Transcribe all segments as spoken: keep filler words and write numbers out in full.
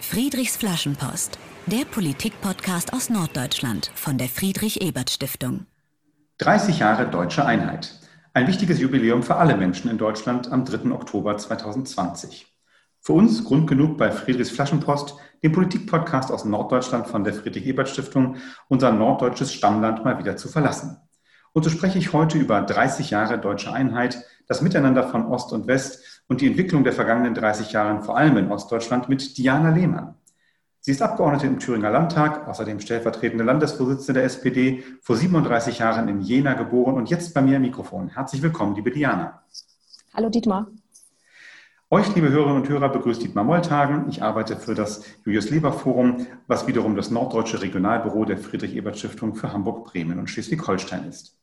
Friedrichs Flaschenpost, der Politik-Podcast aus Norddeutschland von der Friedrich-Ebert-Stiftung. dreißig Jahre Deutsche Einheit. Ein wichtiges Jubiläum für alle Menschen in Deutschland am dritten Oktober zweitausendzwanzig. Für uns Grund genug, bei Friedrichs Flaschenpost, dem Politik-Podcast aus Norddeutschland von der Friedrich-Ebert-Stiftung, unser norddeutsches Stammland mal wieder zu verlassen. Und so spreche ich heute über dreißig Jahre Deutsche Einheit, das Miteinander von Ost und West und die Entwicklung der vergangenen dreißig Jahre, vor allem in Ostdeutschland, mit Diana Lehmann. Sie ist Abgeordnete im Thüringer Landtag, außerdem stellvertretende Landesvorsitzende der S P D, vor siebenunddreißig Jahren in Jena geboren und jetzt bei mir im Mikrofon. Herzlich willkommen, liebe Diana. Hallo Dietmar. Euch, liebe Hörerinnen und Hörer, begrüßt Dietmar Molthagen. Ich arbeite für das Julius-Leber-Forum, was wiederum das norddeutsche Regionalbüro der Friedrich-Ebert-Stiftung für Hamburg, Bremen und Schleswig-Holstein ist.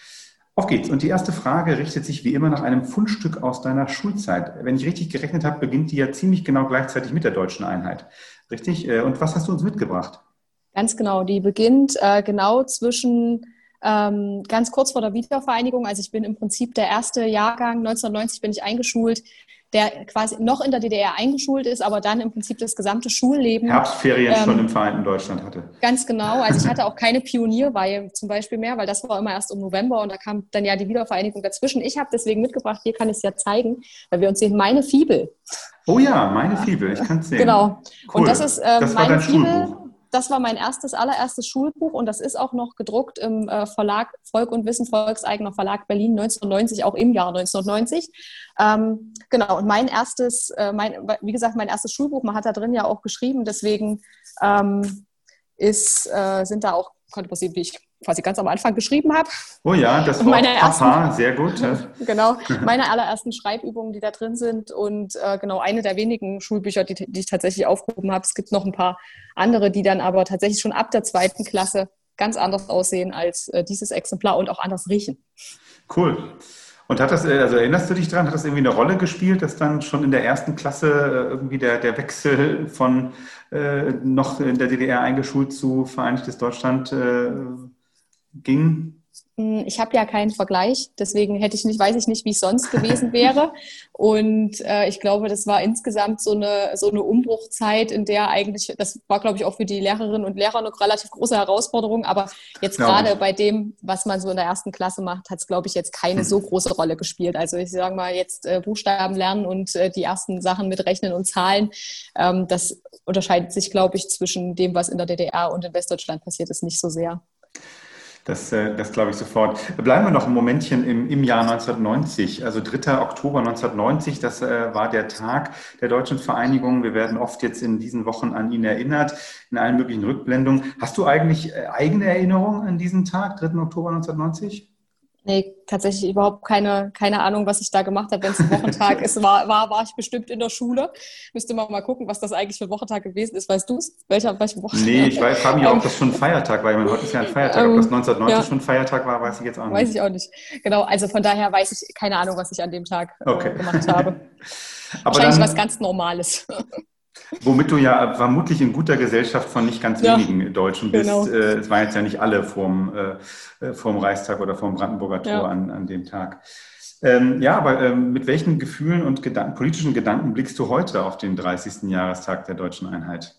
Auf geht's. Und die erste Frage richtet sich wie immer nach einem Fundstück aus deiner Schulzeit. Wenn ich richtig gerechnet habe, beginnt die ja ziemlich genau gleichzeitig mit der Deutschen Einheit. Richtig? Und was hast du uns mitgebracht? Ganz genau. Die beginnt äh, genau zwischen ähm, ganz kurz vor der Wiedervereinigung. Also ich bin im Prinzip der erste Jahrgang, neunzehnhundertneunzig bin ich eingeschult, der quasi noch in der D D R eingeschult ist, aber dann im Prinzip das gesamte Schulleben Herbstferien ähm, schon im Vereinten Deutschland hatte. Ganz genau. Also ich hatte auch keine Pionierweihe zum Beispiel mehr, weil das war immer erst im November und da kam dann ja die Wiedervereinigung dazwischen. Ich habe deswegen mitgebracht, hier kann ich es ja zeigen, weil wir uns sehen, meine Fibel. Oh ja, meine Fibel, ich kann es sehen. Genau. Cool. Und das ist äh, das war meine dein Fibel. Schulbuch. Das war mein erstes, allererstes Schulbuch und das ist auch noch gedruckt im äh, Verlag Volk und Wissen, volkseigener Verlag Berlin neunzehnhundertneunzig, auch im Jahr neunzehnhundertneunzig. Ähm, genau, und mein erstes, äh, mein, wie gesagt, mein erstes Schulbuch, man hat da drin ja auch geschrieben, deswegen ähm, ist, äh, sind da auch, konnte man sehen, wie ich quasi ganz am Anfang geschrieben habe. Oh ja, das Wort Papa, sehr gut. Genau, meine allerersten Schreibübungen, die da drin sind und äh, genau eine der wenigen Schulbücher, die, die ich tatsächlich aufgehoben habe. Es gibt noch ein paar andere, die dann aber tatsächlich schon ab der zweiten Klasse ganz anders aussehen als äh, dieses Exemplar und auch anders riechen. Cool. Und hat das, also erinnerst du dich dran, hat das irgendwie eine Rolle gespielt, dass dann schon in der ersten Klasse irgendwie der, der Wechsel von äh, noch in der D D R eingeschult zu Vereinigtes Deutschland äh, ging? Ich habe ja keinen Vergleich, deswegen hätte ich nicht, weiß ich nicht, wie es sonst gewesen wäre. Und äh, ich glaube, das war insgesamt so eine so eine Umbruchzeit, in der eigentlich, das war, glaube ich, auch für die Lehrerinnen und Lehrer eine relativ große Herausforderung. Aber jetzt gerade bei dem, was man so in der ersten Klasse macht, hat es, glaube ich, jetzt keine so große Rolle gespielt. Also ich sage mal, jetzt äh, Buchstaben lernen und äh, die ersten Sachen mit Rechnen und Zahlen, ähm, das unterscheidet sich, glaube ich, zwischen dem, was in der D D R und in Westdeutschland passiert ist, nicht so sehr. Das, das glaube ich sofort. Bleiben wir noch ein Momentchen im, im Jahr neunzehnhundertneunzig. Also dritter Oktober neunzehnhundertneunzig, das äh, war der Tag der Deutschen Vereinigung. Wir werden oft jetzt in diesen Wochen an ihn erinnert, in allen möglichen Rückblendungen. Hast du eigentlich eigene Erinnerungen an diesen Tag, dritten Oktober neunzehnhundertneunzig? Nee, tatsächlich überhaupt keine, keine Ahnung, was ich da gemacht habe. Wenn es ein Wochentag ist, war, war, war ich bestimmt in der Schule. Müsste man mal gucken, was das eigentlich für ein Wochentag gewesen ist. Weißt du es? Welcher, welcher Wochentag? Nee, ich frage mich, ob das schon ein Feiertag war. Ich meine, heute ist ja ein Feiertag. Ob das neunzehnhundertneunzig ja. schon ein Feiertag war, weiß ich jetzt auch nicht. Weiß ich auch nicht. Genau, also von daher weiß ich keine Ahnung, was ich an dem Tag okay. äh, gemacht habe. Aber wahrscheinlich dann, was ganz Normales. Womit du ja vermutlich in guter Gesellschaft von nicht ganz ja, wenigen Deutschen bist. Genau. Es waren jetzt ja nicht alle vorm, äh, vorm Reichstag oder vorm Brandenburger Tor ja. an, an dem Tag. Ähm, ja, aber ähm, mit welchen Gefühlen und Gedanken, politischen Gedanken blickst du heute auf den dreißigsten Jahrestag der Deutschen Einheit?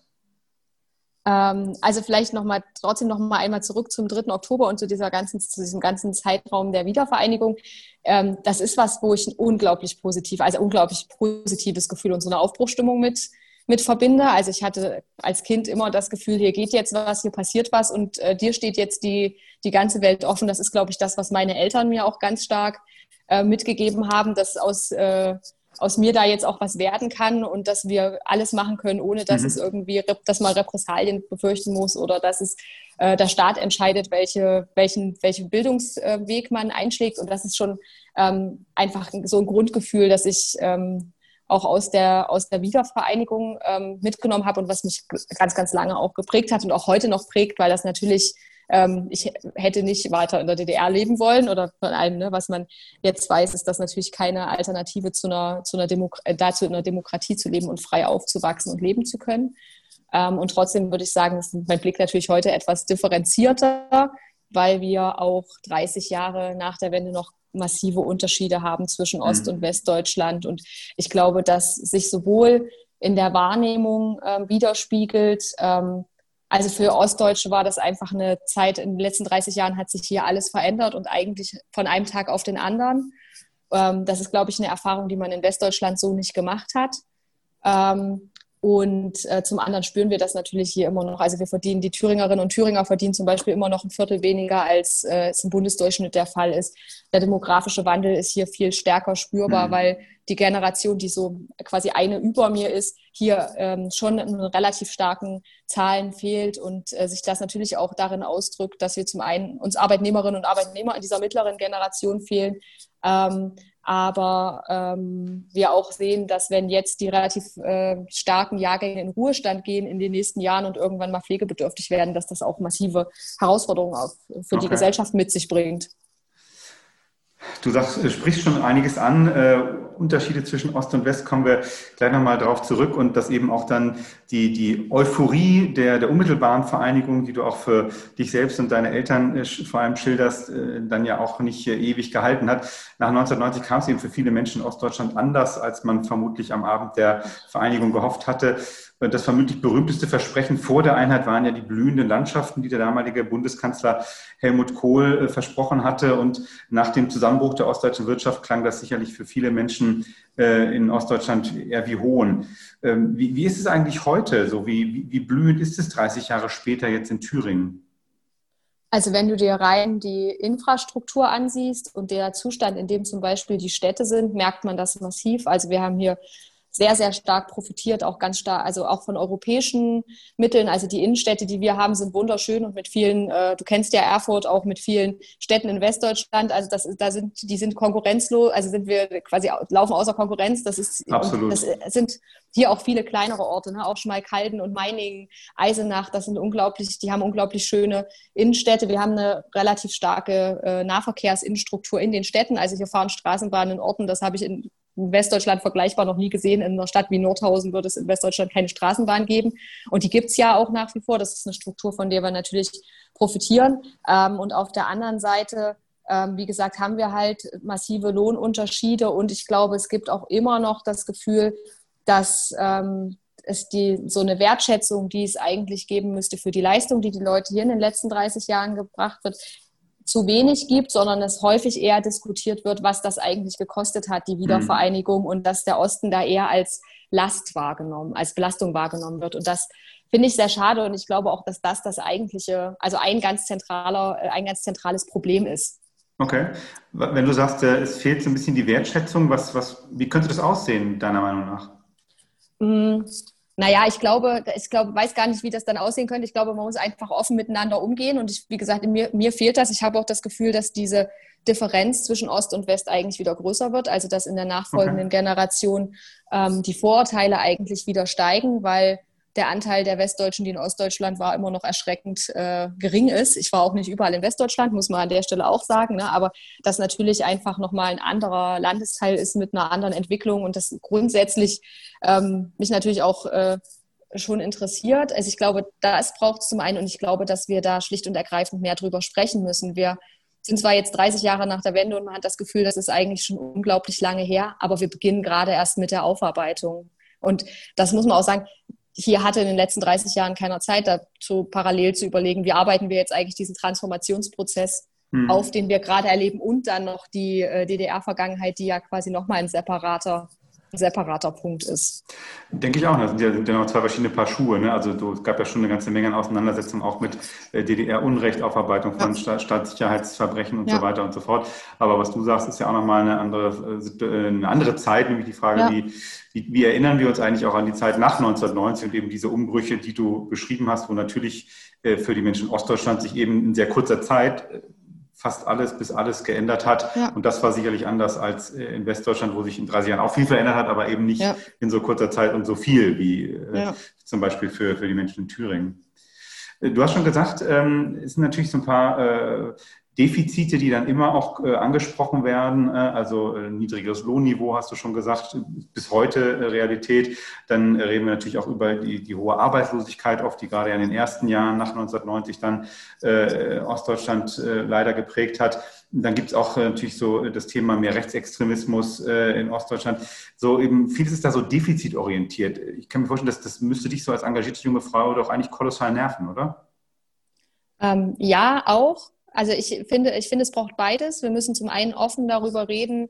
Ähm, also vielleicht noch mal, trotzdem noch mal einmal zurück zum dritten Oktober und zu, dieser ganzen, zu diesem ganzen Zeitraum der Wiedervereinigung. Ähm, das ist was, wo ich ein unglaublich positiv, also unglaublich positives Gefühl und so eine Aufbruchstimmung mit mit verbinde. Also ich hatte als Kind immer das Gefühl, hier geht jetzt was, hier passiert was und äh, dir steht jetzt die, die ganze Welt offen. Das ist, glaube ich, das, was meine Eltern mir auch ganz stark äh, mitgegeben haben, dass aus, äh, aus mir da jetzt auch was werden kann und dass wir alles machen können, ohne dass mhm. es irgendwie, dass man Repressalien befürchten muss oder dass es äh, der Staat entscheidet, welche, welchen, welchen Bildungsweg man einschlägt. Und das ist schon ähm, einfach so ein Grundgefühl, dass ich ähm, auch aus der, aus der Wiedervereinigung ähm, mitgenommen habe und was mich ganz, ganz lange auch geprägt hat und auch heute noch prägt, weil das natürlich, ähm, ich hätte nicht weiter in der D D R leben wollen oder von allem, ne, was man jetzt weiß, ist das natürlich keine Alternative zu einer, zu einer Demo- äh, dazu, in einer Demokratie zu leben und frei aufzuwachsen und leben zu können. Ähm, und trotzdem würde ich sagen, ist mein Blick natürlich heute etwas differenzierter, weil wir auch dreißig Jahre nach der Wende noch massive Unterschiede haben zwischen Ost- und Westdeutschland. Und ich glaube, dass sich sowohl in der Wahrnehmung äh, widerspiegelt. Ähm, also für Ostdeutsche war das einfach eine Zeit, in den letzten dreißig Jahren hat sich hier alles verändert und eigentlich von einem Tag auf den anderen. Ähm, das ist, glaube ich, eine Erfahrung, die man in Westdeutschland so nicht gemacht hat. Ähm, Und äh, zum anderen spüren wir das natürlich hier immer noch. Also wir verdienen, die Thüringerinnen und Thüringer verdienen zum Beispiel immer noch ein Viertel weniger, als äh, es im Bundesdurchschnitt der Fall ist. Der demografische Wandel ist hier viel stärker spürbar, mhm. weil die Generation, die so quasi eine über mir ist, hier ähm, schon in relativ starken Zahlen fehlt und äh, sich das natürlich auch darin ausdrückt, dass wir zum einen uns Arbeitnehmerinnen und Arbeitnehmer in dieser mittleren Generation fehlen, ähm, aber ähm, wir auch sehen, dass wenn jetzt die relativ äh, starken Jahrgänge in Ruhestand gehen in den nächsten Jahren und irgendwann mal pflegebedürftig werden, dass das auch massive Herausforderungen auf, für okay. die Gesellschaft mit sich bringt. Du sagst, sprichst schon einiges an. Äh, Unterschiede zwischen Ost und West kommen wir gleich nochmal drauf zurück und dass eben auch dann die, die Euphorie der, der unmittelbaren Vereinigung, die du auch für dich selbst und deine Eltern äh, vor allem schilderst, äh, dann ja auch nicht äh, ewig gehalten hat. Nach neunzehnhundertneunzig kam es eben für viele Menschen in Ostdeutschland anders, als man vermutlich am Abend der Vereinigung gehofft hatte. Das vermutlich berühmteste Versprechen vor der Einheit waren ja die blühenden Landschaften, die der damalige Bundeskanzler Helmut Kohl äh, versprochen hatte. Und nach dem Zusammenbruch der ostdeutschen Wirtschaft klang das sicherlich für viele Menschen äh, in Ostdeutschland eher wie Hohn. Ähm, wie, wie ist es eigentlich heute? So wie, wie, wie blühend ist es dreißig Jahre später jetzt in Thüringen? Also wenn du dir rein die Infrastruktur ansiehst und der Zustand, in dem zum Beispiel die Städte sind, merkt man das massiv. Also wir haben hier sehr, sehr stark profitiert, auch ganz stark, also auch von europäischen Mitteln. Also die Innenstädte, die wir haben, sind wunderschön und mit vielen, äh, du kennst ja Erfurt, auch mit vielen Städten in Westdeutschland. Also das, da sind, die sind konkurrenzlos, also sind wir quasi, laufen außer Konkurrenz. Das ist, absolut. Das sind hier auch viele kleinere Orte, ne? Auch Schmalkalden und Meiningen, Eisenach, das sind unglaublich, die haben unglaublich schöne Innenstädte. Wir haben eine relativ starke äh, Nahverkehrsinfrastruktur in den Städten. Also hier fahren Straßenbahnen in Orten, das habe ich in in Westdeutschland vergleichbar noch nie gesehen. In einer Stadt wie Nordhausen wird es in Westdeutschland keine Straßenbahn geben. Und die gibt es ja auch nach wie vor. Das ist eine Struktur, von der wir natürlich profitieren. Und auf der anderen Seite, wie gesagt, haben wir halt massive Lohnunterschiede. Und ich glaube, es gibt auch immer noch das Gefühl, dass es die, so eine Wertschätzung, die es eigentlich geben müsste für die Leistung, die die Leute hier in den letzten dreißig Jahren gebracht wird, zu wenig gibt, sondern es häufig eher diskutiert wird, was das eigentlich gekostet hat, die Wiedervereinigung, mhm. und dass der Osten da eher als Last wahrgenommen, als Belastung wahrgenommen wird. Und das finde ich sehr schade und ich glaube auch, dass das das eigentliche, also ein ganz zentraler, ein ganz zentrales Problem ist. Okay. Wenn du sagst, es fehlt so ein bisschen die Wertschätzung, was, was, wie könnte das aussehen, deiner Meinung nach? Mhm. Naja, ich glaube, ich glaube, weiß gar nicht, wie das dann aussehen könnte. Ich glaube, man muss einfach offen miteinander umgehen. Und ich, wie gesagt, mir, mir fehlt das. Ich habe auch das Gefühl, dass diese Differenz zwischen Ost und West eigentlich wieder größer wird. Also dass in der nachfolgenden okay. Generation ähm, die Vorurteile eigentlich wieder steigen, weil der Anteil der Westdeutschen, die in Ostdeutschland war, immer noch erschreckend äh, gering ist. Ich war auch nicht überall in Westdeutschland, muss man an der Stelle auch sagen, ne? Aber dass natürlich einfach nochmal ein anderer Landesteil ist mit einer anderen Entwicklung und das grundsätzlich ähm, mich natürlich auch äh, schon interessiert. Also ich glaube, das braucht es zum einen und ich glaube, dass wir da schlicht und ergreifend mehr drüber sprechen müssen. Wir sind zwar jetzt dreißig Jahre nach der Wende und man hat das Gefühl, das ist eigentlich schon unglaublich lange her, aber wir beginnen gerade erst mit der Aufarbeitung. Und das muss man auch sagen, hier hatte in den letzten dreißig Jahren keiner Zeit dazu, parallel zu überlegen, wie arbeiten wir jetzt eigentlich diesen Transformationsprozess hm. auf, den wir gerade erleben und dann noch die äh, D D R-Vergangenheit, die ja quasi nochmal ein separater, ein separater Punkt ist. Denke ich auch. Das sind ja, sind ja noch zwei verschiedene Paar Schuhe. Ne? Also du, es gab ja schon eine ganze Menge an Auseinandersetzungen auch mit äh, D D R-Unrecht, Aufarbeitung von ja. Sta- Staatssicherheitsverbrechen und ja. so weiter und so fort. Aber was du sagst, ist ja auch nochmal eine andere, äh, eine andere Zeit, nämlich die Frage, ja. wie Wie, wie erinnern wir uns eigentlich auch an die Zeit nach neunzehnhundertneunzig und eben diese Umbrüche, die du beschrieben hast, wo natürlich äh, für die Menschen in Ostdeutschland sich eben in sehr kurzer Zeit äh, fast alles bis alles geändert hat. Ja. Und das war sicherlich anders als äh, in Westdeutschland, wo sich in dreißig Jahren auch viel verändert hat, aber eben nicht ja. in so kurzer Zeit und so viel wie äh, ja. zum Beispiel für, für die Menschen in Thüringen. Äh, du hast schon gesagt, ähm, es sind natürlich so ein paar äh, Defizite, die dann immer auch äh, angesprochen werden, äh, also äh, niedriges Lohnniveau, hast du schon gesagt, bis heute äh, Realität. Dann äh, reden wir natürlich auch über die, die hohe Arbeitslosigkeit, oft die gerade ja in den ersten Jahren nach neunzehnhundertneunzig dann äh, Ostdeutschland äh, leider geprägt hat. Dann gibt es auch äh, natürlich so das Thema mehr Rechtsextremismus äh, in Ostdeutschland. So eben vieles ist da so defizitorientiert. Ich kann mir vorstellen, dass das müsste dich so als engagierte junge Frau doch eigentlich kolossal nerven, oder? Ähm, ja, auch. Also ich finde, ich finde, es braucht beides. Wir müssen zum einen offen darüber reden,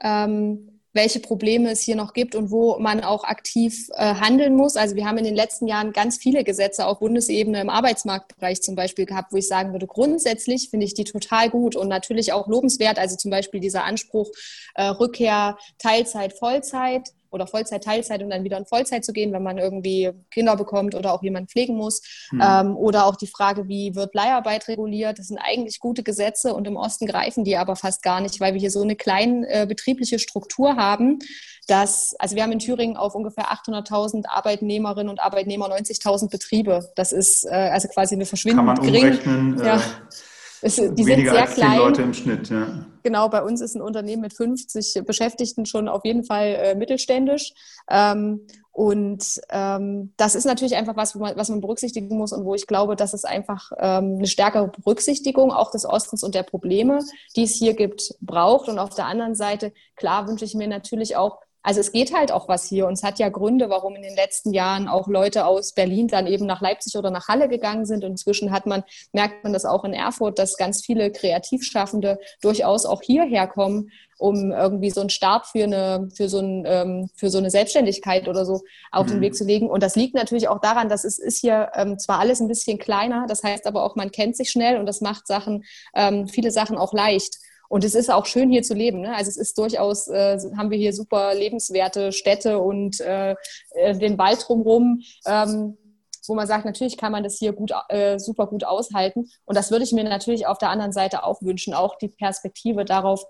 ähm, welche Probleme es hier noch gibt und wo man auch aktiv äh, handeln muss. Also wir haben in den letzten Jahren ganz viele Gesetze auf Bundesebene im Arbeitsmarktbereich zum Beispiel gehabt, wo ich sagen würde, grundsätzlich finde ich die total gut und natürlich auch lobenswert. Also zum Beispiel dieser Anspruch äh, Rückkehr Teilzeit, Vollzeit oder Vollzeit, Teilzeit und dann wieder in Vollzeit zu gehen, wenn man irgendwie Kinder bekommt oder auch jemanden pflegen muss. Mhm. Ähm, oder auch die Frage, wie wird Leiharbeit reguliert? Das sind eigentlich gute Gesetze und im Osten greifen die aber fast gar nicht, weil wir hier so eine kleine äh, betriebliche Struktur haben, dass, also wir haben in Thüringen auf ungefähr achthunderttausend Arbeitnehmerinnen und Arbeitnehmer neunzigtausend Betriebe. Das ist äh, also quasi eine verschwindend gering. Kann man umrechnen. Ja. Äh, es, die weniger sind sehr als zehn klein. Leute im Schnitt, ja. Genau, bei uns ist ein Unternehmen mit fünfzig Beschäftigten schon auf jeden Fall äh, mittelständisch. Ähm, und ähm, das ist natürlich einfach was, wo man, was man berücksichtigen muss und wo ich glaube, dass es einfach ähm, eine stärkere Berücksichtigung auch des Ostens und der Probleme, die es hier gibt, braucht. Und auf der anderen Seite, klar, wünsche ich mir natürlich auch, also es geht halt auch was hier und es hat ja Gründe, warum in den letzten Jahren auch Leute aus Berlin dann eben nach Leipzig oder nach Halle gegangen sind. Und inzwischen hat man, merkt man das auch in Erfurt, dass ganz viele Kreativschaffende durchaus auch hierher kommen, um irgendwie so einen Start für eine, für so, ein, ähm, für so eine Selbstständigkeit oder so auf mhm. den Weg zu legen. Und das liegt natürlich auch daran, dass es ist hier ähm, zwar alles ein bisschen kleiner, das heißt aber auch, man kennt sich schnell und das macht Sachen, ähm, viele Sachen auch leicht. Und es ist auch schön, hier zu leben. Ne? Also es ist durchaus, äh, haben wir hier super lebenswerte Städte und äh, den Wald drumherum, ähm, wo man sagt, natürlich kann man das hier gut, äh, super gut aushalten. Und das würde ich mir natürlich auf der anderen Seite auch wünschen, auch die Perspektive darauf,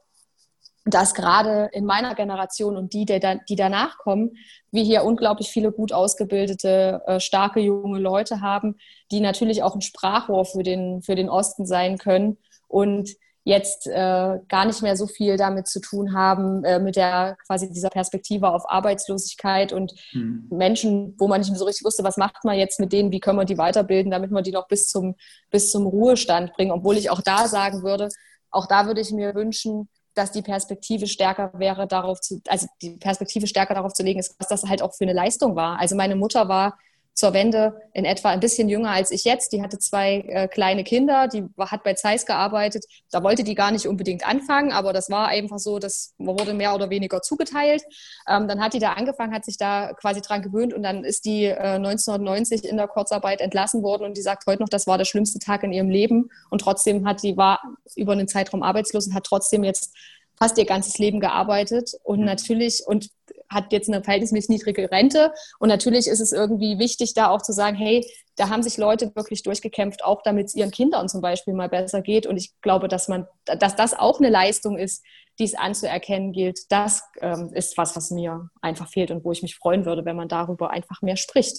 dass gerade in meiner Generation und die, der, die danach kommen, wir hier unglaublich viele gut ausgebildete, äh, starke junge Leute haben, die natürlich auch ein Sprachrohr für den, für den Osten sein können und jetzt äh, gar nicht mehr so viel damit zu tun haben, äh, mit der quasi dieser Perspektive auf Arbeitslosigkeit und mhm. Menschen, wo man nicht mehr so richtig wusste, was macht man jetzt mit denen, wie können wir die weiterbilden, damit wir die noch bis zum, bis zum Ruhestand bringen. Obwohl ich auch da sagen würde, auch da würde ich mir wünschen, dass die Perspektive stärker wäre, darauf zu, also die Perspektive stärker darauf zu legen, ist, was das halt auch für eine Leistung war. Also meine Mutter war zur Wende in etwa ein bisschen jünger als ich jetzt. Die hatte zwei äh, kleine Kinder, die hat bei Zeiss gearbeitet. Da wollte die gar nicht unbedingt anfangen, aber das war einfach so, das wurde mehr oder weniger zugeteilt. Ähm, dann hat die da angefangen, hat sich da quasi dran gewöhnt und dann ist die äh, neunzehnhundertneunzig in der Kurzarbeit entlassen worden und die sagt heute noch, das war der schlimmste Tag in ihrem Leben und trotzdem hat die, war über einen Zeitraum arbeitslos und hat trotzdem jetzt fast ihr ganzes Leben gearbeitet und natürlich und hat jetzt eine verhältnismäßig niedrige Rente und natürlich ist es irgendwie wichtig, da auch zu sagen, hey, da haben sich Leute wirklich durchgekämpft, auch damit es ihren Kindern zum Beispiel mal besser geht und ich glaube, dass man, dass das auch eine Leistung ist, die es anzuerkennen gilt. Das ähm, ist was, was mir einfach fehlt und wo ich mich freuen würde, wenn man darüber einfach mehr spricht.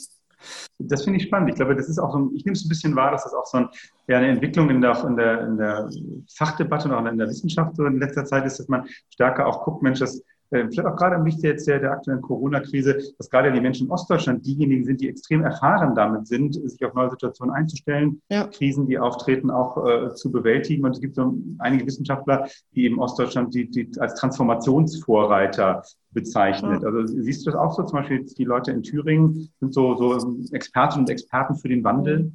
Das finde ich spannend. Ich glaube, das ist auch so, ich nehme es ein bisschen wahr, dass das auch so ein, ja, eine Entwicklung in der, in, der, in der Fachdebatte und auch in der Wissenschaft so in letzter Zeit ist, dass man stärker auch guckt, Mensch, das vielleicht auch gerade im Licht jetzt der, der aktuellen Corona-Krise, dass gerade die Menschen in Ostdeutschland diejenigen sind, die extrem erfahren damit sind, sich auf neue Situationen einzustellen, ja. Krisen, die auftreten, auch äh, zu bewältigen. Und es gibt so einige Wissenschaftler, die eben Ostdeutschland die, die als Transformationsvorreiter bezeichnet. Ja. Also siehst du das auch so? Zum Beispiel die Leute in Thüringen sind so, so Expertinnen und Experten für den Wandel.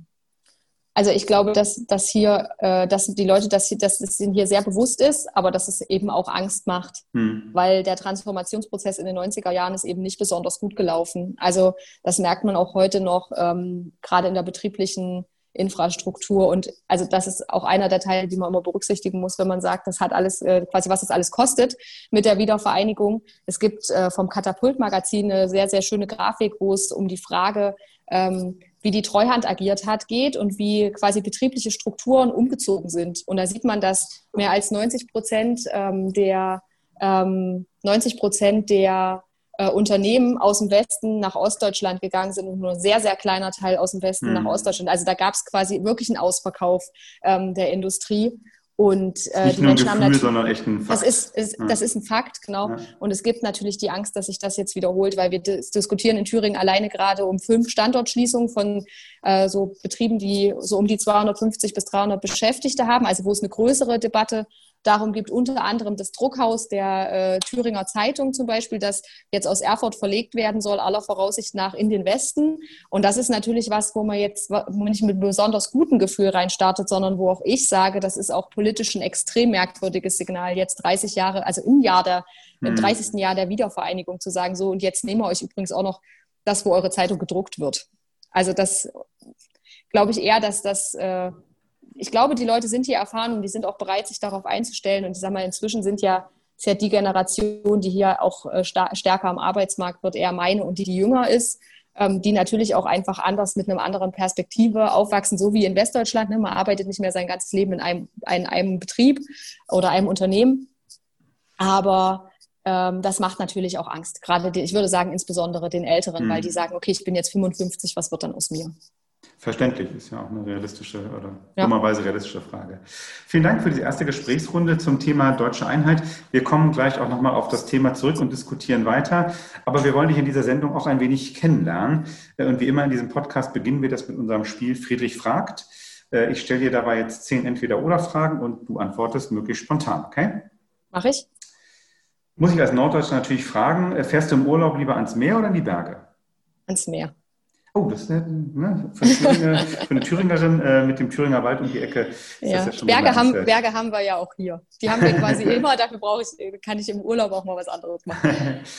Also ich glaube, dass, dass hier, äh, dass die Leute, dass, dass es ihnen hier sehr bewusst ist, aber dass es eben auch Angst macht, hm. weil der Transformationsprozess in den neunziger Jahren ist eben nicht besonders gut gelaufen. Also das merkt man auch heute noch, ähm, gerade in der betrieblichen Infrastruktur und also das ist auch einer der Teile, die man immer berücksichtigen muss, wenn man sagt, das hat alles, äh, quasi was das alles kostet mit der Wiedervereinigung. Es gibt äh, vom Katapult-Magazin eine sehr, sehr schöne Grafik, wo es um die Frage ähm, wie die Treuhand agiert hat, geht und wie quasi betriebliche Strukturen umgezogen sind. Und da sieht man, dass mehr als neunzig Prozent ähm, der ähm, neunzig Prozent der äh, Unternehmen aus dem Westen nach Ostdeutschland gegangen sind und nur ein sehr, sehr kleiner Teil aus dem Westen mhm. nach Ostdeutschland. Also da gab es quasi wirklich einen Ausverkauf ähm, der Industrie. Und äh, nicht die nur ein Menschen Gefühl, haben natürlich, sondern echt ein Fakt. Das ist, ist, ja. das ist ein Fakt, genau. Ja. Und es gibt natürlich die Angst, dass sich das jetzt wiederholt, weil wir dis- diskutieren in Thüringen alleine gerade um fünf Standortschließungen von äh, so Betrieben, die so um die zweihundertfünfzig bis dreihundert Beschäftigte haben, also wo es eine größere Debatte darum gibt, unter anderem das Druckhaus der äh, Thüringer Zeitung zum Beispiel, das jetzt aus Erfurt verlegt werden soll, aller Voraussicht nach in den Westen. Und das ist natürlich was, wo man jetzt wo man nicht mit einem besonders guten Gefühl reinstartet, sondern wo auch ich sage, das ist auch politisch ein extrem merkwürdiges Signal, jetzt dreißig Jahre, also im Jahr der, im dreißigsten Jahr der Wiedervereinigung zu sagen, so, und jetzt nehmen wir euch übrigens auch noch das, wo eure Zeitung gedruckt wird. Also das glaube ich eher, dass das äh, ich glaube, die Leute sind hier erfahren und die sind auch bereit, sich darauf einzustellen. Und ich sage mal, inzwischen sind ja, ist ja die Generation, die hier auch äh, star- stärker am Arbeitsmarkt wird, eher meine und die, die jünger ist, ähm, die natürlich auch einfach anders mit einer anderen Perspektive aufwachsen, so wie in Westdeutschland. Ne? Man arbeitet nicht mehr sein ganzes Leben in einem, in einem Betrieb oder einem Unternehmen. Aber ähm, das macht natürlich auch Angst. Gerade, die, ich würde sagen, insbesondere den Älteren, mhm. weil die sagen, okay, ich bin jetzt fünfundfünfzig, was wird dann aus mir? Verständlich, ist ja auch eine realistische oder ja. dummerweise realistische Frage. Vielen Dank für diese erste Gesprächsrunde zum Thema Deutsche Einheit. Wir kommen gleich auch nochmal auf das Thema zurück und diskutieren weiter. Aber wir wollen dich in dieser Sendung auch ein wenig kennenlernen. Und wie immer in diesem Podcast beginnen wir das mit unserem Spiel Friedrich fragt. Ich stelle dir dabei jetzt zehn Entweder-Oder-Fragen und du antwortest möglichst spontan, okay? Mach ich. Muss ich als Norddeutscher natürlich fragen, fährst du im Urlaub lieber ans Meer oder in die Berge? Ans Meer. Oh, das ist ne, für, eine Thüringer, für eine Thüringerin äh, mit dem Thüringer Wald um die Ecke. Ist ja. Das ja schon Berge, haben, Berge haben wir ja auch hier. Die haben wir quasi immer, dafür brauche ich, kann ich im Urlaub auch mal was anderes machen.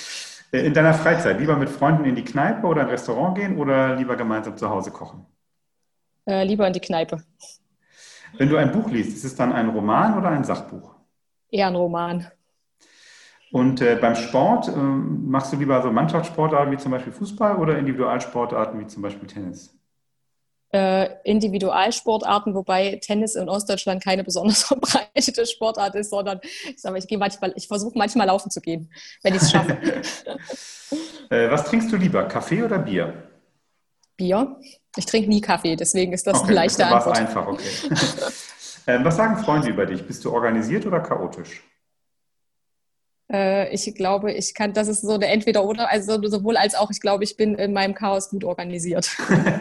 In deiner Freizeit lieber mit Freunden in die Kneipe oder ein Restaurant gehen oder lieber gemeinsam zu Hause kochen? Äh, lieber in die Kneipe. Wenn du ein Buch liest, ist es dann ein Roman oder ein Sachbuch? Eher ein Roman. Und äh, beim Sport, äh, machst du lieber so Mannschaftssportarten wie zum Beispiel Fußball oder Individualsportarten wie zum Beispiel Tennis? Äh, Individualsportarten, wobei Tennis in Ostdeutschland keine besonders verbreitete Sportart ist, sondern ich, sag mal, ich, gehe manchmal, ich versuche manchmal laufen zu gehen, wenn ich es schaffe. äh, was trinkst du lieber, Kaffee oder Bier? Bier. Ich trinke nie Kaffee, deswegen ist das okay, eine leichte das Antwort. Einfach, okay. äh, was sagen Freunde über dich? Bist du organisiert oder chaotisch? Ich glaube, ich kann, das ist so eine Entweder-Oder, also sowohl als auch, ich glaube, ich bin in meinem Chaos gut organisiert.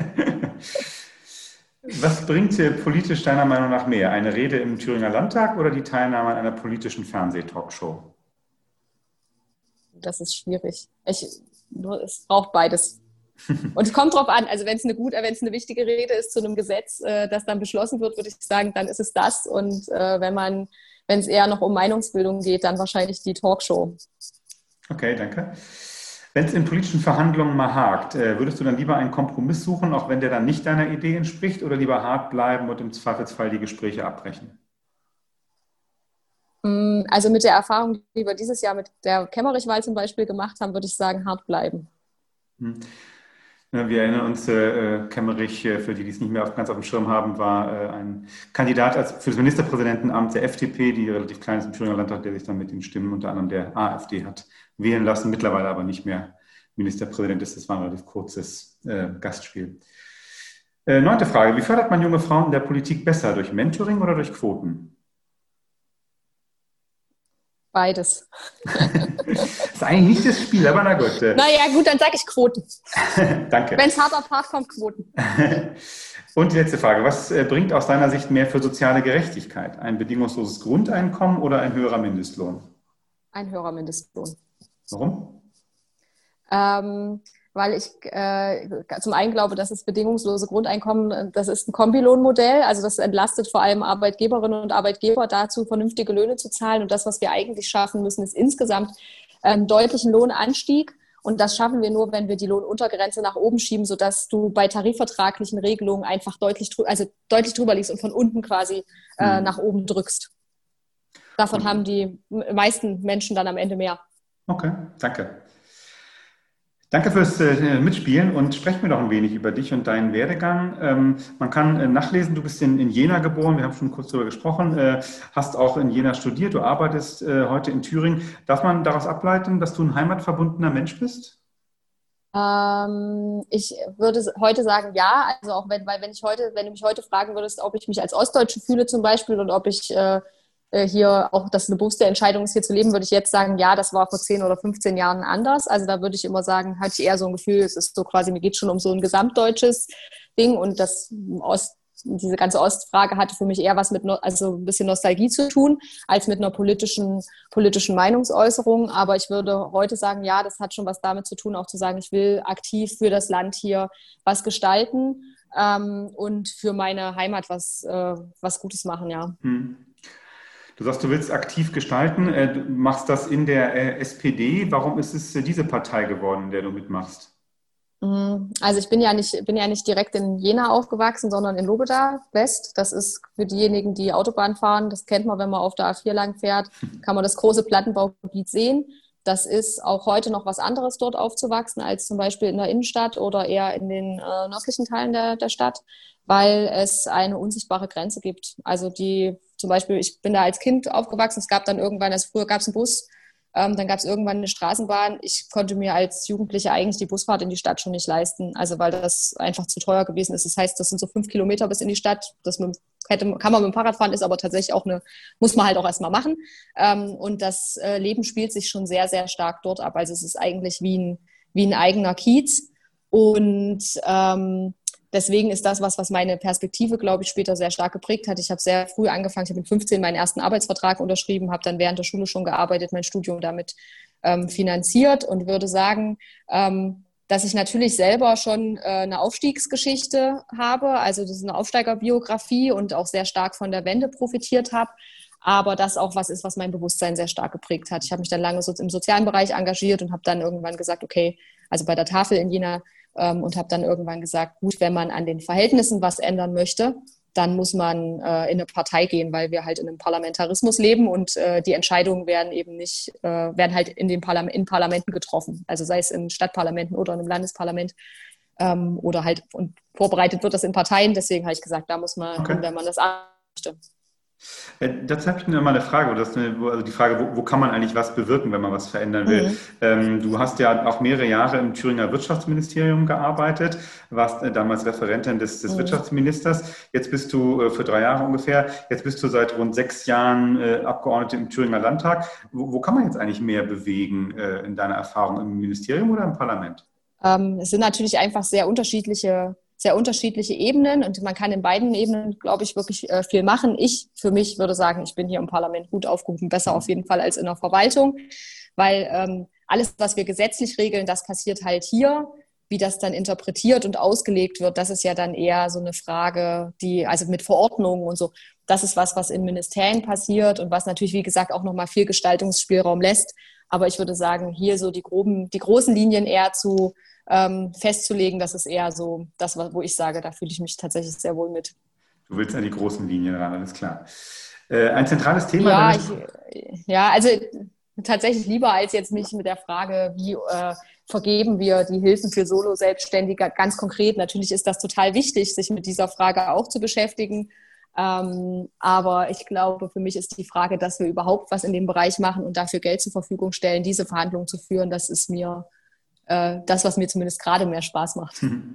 Was bringt dir politisch deiner Meinung nach mehr? Eine Rede im Thüringer Landtag oder die Teilnahme an einer politischen Fernsehtalkshow? Das ist schwierig. Ich, es braucht beides. Und es kommt drauf an, also wenn es eine gut, wenn es eine wichtige Rede ist zu einem Gesetz, das dann beschlossen wird, würde ich sagen, dann ist es das. Und wenn man Wenn es eher noch um Meinungsbildung geht, dann wahrscheinlich die Talkshow. Okay, danke. Wenn es in politischen Verhandlungen mal hakt, würdest du dann lieber einen Kompromiss suchen, auch wenn der dann nicht deiner Idee entspricht, oder lieber hart bleiben und im Zweifelsfall die Gespräche abbrechen? Also mit der Erfahrung, die wir dieses Jahr mit der Kemmerich-Wahl zum Beispiel gemacht haben, würde ich sagen, hart bleiben. Hm. Wir erinnern uns, äh, Kemmerich, äh, für die, die es nicht mehr auf, ganz auf dem Schirm haben, war äh, ein Kandidat als, für das Ministerpräsidentenamt der F D P, die relativ klein ist im Thüringer Landtag, der sich dann mit den Stimmen unter anderem der AfD hat wählen lassen, mittlerweile aber nicht mehr Ministerpräsident ist. Das war ein relativ kurzes äh, Gastspiel. Äh, neunte Frage. Wie fördert man junge Frauen in der Politik besser? Durch Mentoring oder durch Quoten? Beides. Das ist eigentlich nicht das Spiel, aber na gut. Naja, gut, dann sage ich Quoten. Danke. Wenn es hart auf hart kommt, Quoten. Und die letzte Frage. Was bringt aus deiner Sicht mehr für soziale Gerechtigkeit? Ein bedingungsloses Grundeinkommen oder ein höherer Mindestlohn? Ein höherer Mindestlohn. Warum? Ähm, weil ich äh, zum einen glaube, dass das bedingungslose Grundeinkommen, das ist ein Kombilohnmodell, also das entlastet vor allem Arbeitgeberinnen und Arbeitgeber dazu, vernünftige Löhne zu zahlen. Und das, was wir eigentlich schaffen müssen, ist insgesamt einen deutlichen Lohnanstieg. Und das schaffen wir nur, wenn wir die Lohnuntergrenze nach oben schieben, sodass du bei tarifvertraglichen Regelungen einfach deutlich, also deutlich drüber liegst und von unten quasi äh, nach oben drückst. Davon haben die meisten Menschen dann am Ende mehr. Okay, danke. Danke fürs äh, Mitspielen und sprech mir doch ein wenig über dich und deinen Werdegang. Ähm, man kann äh, nachlesen, du bist in, in Jena geboren, wir haben schon kurz darüber gesprochen, äh, hast auch in Jena studiert, du arbeitest äh, heute in Thüringen. Darf man daraus ableiten, dass du ein heimatverbundener Mensch bist? Ähm, ich würde heute sagen, ja. Also auch wenn, weil wenn ich heute, wenn du mich heute fragen würdest, ob ich mich als Ostdeutsche fühle zum Beispiel und ob ich äh, hier auch, dass eine bewusste Entscheidung ist, hier zu leben, würde ich jetzt sagen, ja, das war vor zehn oder fünfzehn Jahren anders. Also da würde ich immer sagen, hatte ich eher so ein Gefühl, es ist so quasi, mir geht schon um so ein gesamtdeutsches Ding und das Ost, diese ganze Ostfrage hatte für mich eher was mit, also ein bisschen Nostalgie zu tun, als mit einer politischen, politischen Meinungsäußerung. Aber ich würde heute sagen, ja, das hat schon was damit zu tun, auch zu sagen, ich will aktiv für das Land hier was gestalten ähm, und für meine Heimat was, äh, was Gutes machen, ja. Hm. Du sagst, du willst aktiv gestalten, du machst das in der S P D. Warum ist es diese Partei geworden, in der du mitmachst? Also ich bin ja nicht, bin ja nicht direkt in Jena aufgewachsen, sondern in Lobeda West. Das ist für diejenigen, die Autobahn fahren, das kennt man, wenn man auf der A vier lang fährt, kann man das große Plattenbaugebiet sehen. Das ist auch heute noch was anderes, dort aufzuwachsen, als zum Beispiel in der Innenstadt oder eher in den äh, nördlichen Teilen der, der Stadt, weil es eine unsichtbare Grenze gibt. Also die, zum Beispiel, ich bin da als Kind aufgewachsen, es gab dann irgendwann, also früher gab es einen Bus, ähm, dann gab es irgendwann eine Straßenbahn. Ich konnte mir als Jugendliche eigentlich die Busfahrt in die Stadt schon nicht leisten, also weil das einfach zu teuer gewesen ist. Das heißt, das sind so fünf Kilometer bis in die Stadt, das mit, hätte, kann man mit dem Fahrrad fahren, ist aber tatsächlich auch eine, muss man halt auch erstmal machen. Ähm, und das äh, Leben spielt sich schon sehr, sehr stark dort ab. Also es ist eigentlich wie ein, wie ein eigener Kiez. Und ähm, deswegen ist das was, was meine Perspektive, glaube ich, später sehr stark geprägt hat. Ich habe sehr früh angefangen, ich habe mit fünfzehn meinen ersten Arbeitsvertrag unterschrieben, habe dann während der Schule schon gearbeitet, mein Studium damit ähm, finanziert und würde sagen, ähm, dass ich natürlich selber schon äh, eine Aufstiegsgeschichte habe, also das ist eine Aufsteigerbiografie und auch sehr stark von der Wende profitiert habe, aber das auch was ist, was mein Bewusstsein sehr stark geprägt hat. Ich habe mich dann lange so im sozialen Bereich engagiert und habe dann irgendwann gesagt, okay, also bei der Tafel in Jena, ähm, und habe dann irgendwann gesagt, gut, wenn man an den Verhältnissen was ändern möchte, dann muss man äh, in eine Partei gehen, weil wir halt in einem Parlamentarismus leben und äh, die Entscheidungen werden eben nicht, äh, werden halt in den Parlam- in Parlamenten getroffen, also sei es in Stadtparlamenten oder in einem Landesparlament ähm, oder halt, und vorbereitet wird das in Parteien, deswegen habe ich gesagt, da muss man Okay. hin, wenn man das möchte. Äh, dazu habe ich noch mal eine Frage, oder das ist eine, also die Frage, wo, wo kann man eigentlich was bewirken, wenn man was verändern will? Mhm. Ähm, du hast ja auch mehrere Jahre im Thüringer Wirtschaftsministerium gearbeitet, warst äh, damals Referentin des, des mhm. Wirtschaftsministers. Jetzt bist du äh, für drei Jahre ungefähr, jetzt bist du seit rund sechs Jahren äh, Abgeordnete im Thüringer Landtag. Wo, wo kann man jetzt eigentlich mehr bewegen äh, in deiner Erfahrung, im Ministerium oder im Parlament? Ähm, es sind natürlich einfach sehr unterschiedliche sehr unterschiedliche Ebenen und man kann in beiden Ebenen, glaube ich, wirklich äh, viel machen. Ich für mich würde sagen, ich bin hier im Parlament gut aufgehoben, besser auf jeden Fall als in der Verwaltung, weil ähm, alles, was wir gesetzlich regeln, das passiert halt hier. Wie das dann interpretiert und ausgelegt wird, das ist ja dann eher so eine Frage, die, also mit Verordnungen und so, das ist was, was in Ministerien passiert und was natürlich, wie gesagt, auch nochmal viel Gestaltungsspielraum lässt. Aber ich würde sagen, hier so die groben, die großen Linien eher zu Ähm, festzulegen, das ist eher so das, wo ich sage, da fühle ich mich tatsächlich sehr wohl mit. Du willst an die großen Linien ran, alles klar. Äh, ein zentrales Thema? Ja, ich, ja, also tatsächlich lieber als jetzt mich mit der Frage, wie äh, vergeben wir die Hilfen für Solo-Selbstständige, ganz konkret. Natürlich ist das total wichtig, sich mit dieser Frage auch zu beschäftigen. Ähm, aber ich glaube, für mich ist die Frage, dass wir überhaupt was in dem Bereich machen und dafür Geld zur Verfügung stellen, diese Verhandlungen zu führen, das ist mir das, was mir zumindest gerade mehr Spaß macht.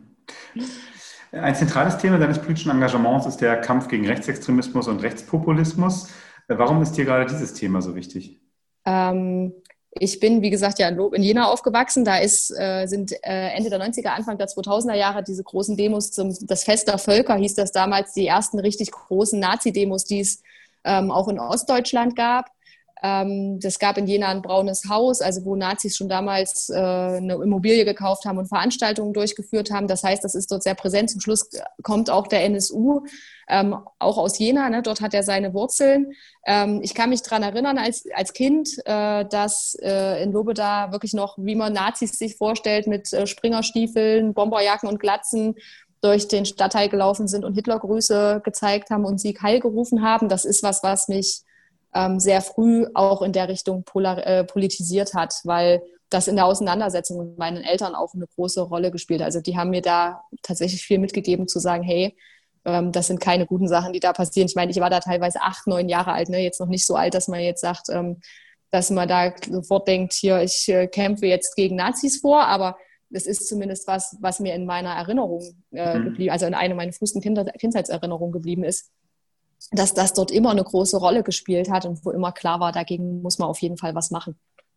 Ein zentrales Thema deines politischen Engagements ist der Kampf gegen Rechtsextremismus und Rechtspopulismus. Warum ist dir gerade dieses Thema so wichtig? Ähm, ich bin, wie gesagt, ja in Jena aufgewachsen. Da ist, äh, sind äh, Ende der neunziger, Anfang der zweitausender Jahre diese großen Demos, zum, das Fest der Völker hieß das damals, die ersten richtig großen Nazi-Demos, die es ähm, auch in Ostdeutschland gab. Es gab in Jena ein braunes Haus, also wo Nazis schon damals äh, eine Immobilie gekauft haben und Veranstaltungen durchgeführt haben. Das heißt, das ist dort sehr präsent. Zum Schluss kommt auch der N S U, ähm, auch aus Jena. Ne? Dort hat er seine Wurzeln. Ähm, ich kann mich daran erinnern als, als Kind, äh, dass äh, in Lobeda wirklich noch, wie man Nazis sich vorstellt, mit äh, Springerstiefeln, Bomberjacken und Glatzen durch den Stadtteil gelaufen sind und Hitlergrüße gezeigt haben und Sieg Heil gerufen haben. Das ist was, was mich sehr früh auch in der Richtung polar, äh, politisiert hat, weil das in der Auseinandersetzung mit meinen Eltern auch eine große Rolle gespielt hat. Also die haben mir da tatsächlich viel mitgegeben, zu sagen, hey, ähm, das sind keine guten Sachen, die da passieren. Ich meine, ich war da teilweise acht, neun Jahre alt, ne? Jetzt noch nicht so alt, dass man jetzt sagt, ähm, dass man da sofort denkt, hier, ich äh, kämpfe jetzt gegen Nazis vor, aber das ist zumindest was, was mir in meiner Erinnerung äh, Mhm. geblieben, also in einer meiner frühesten Kinder, Kindheitserinnerungen geblieben ist, dass das dort immer eine große Rolle gespielt hat und wo immer klar war, dagegen muss man auf jeden Fall was machen.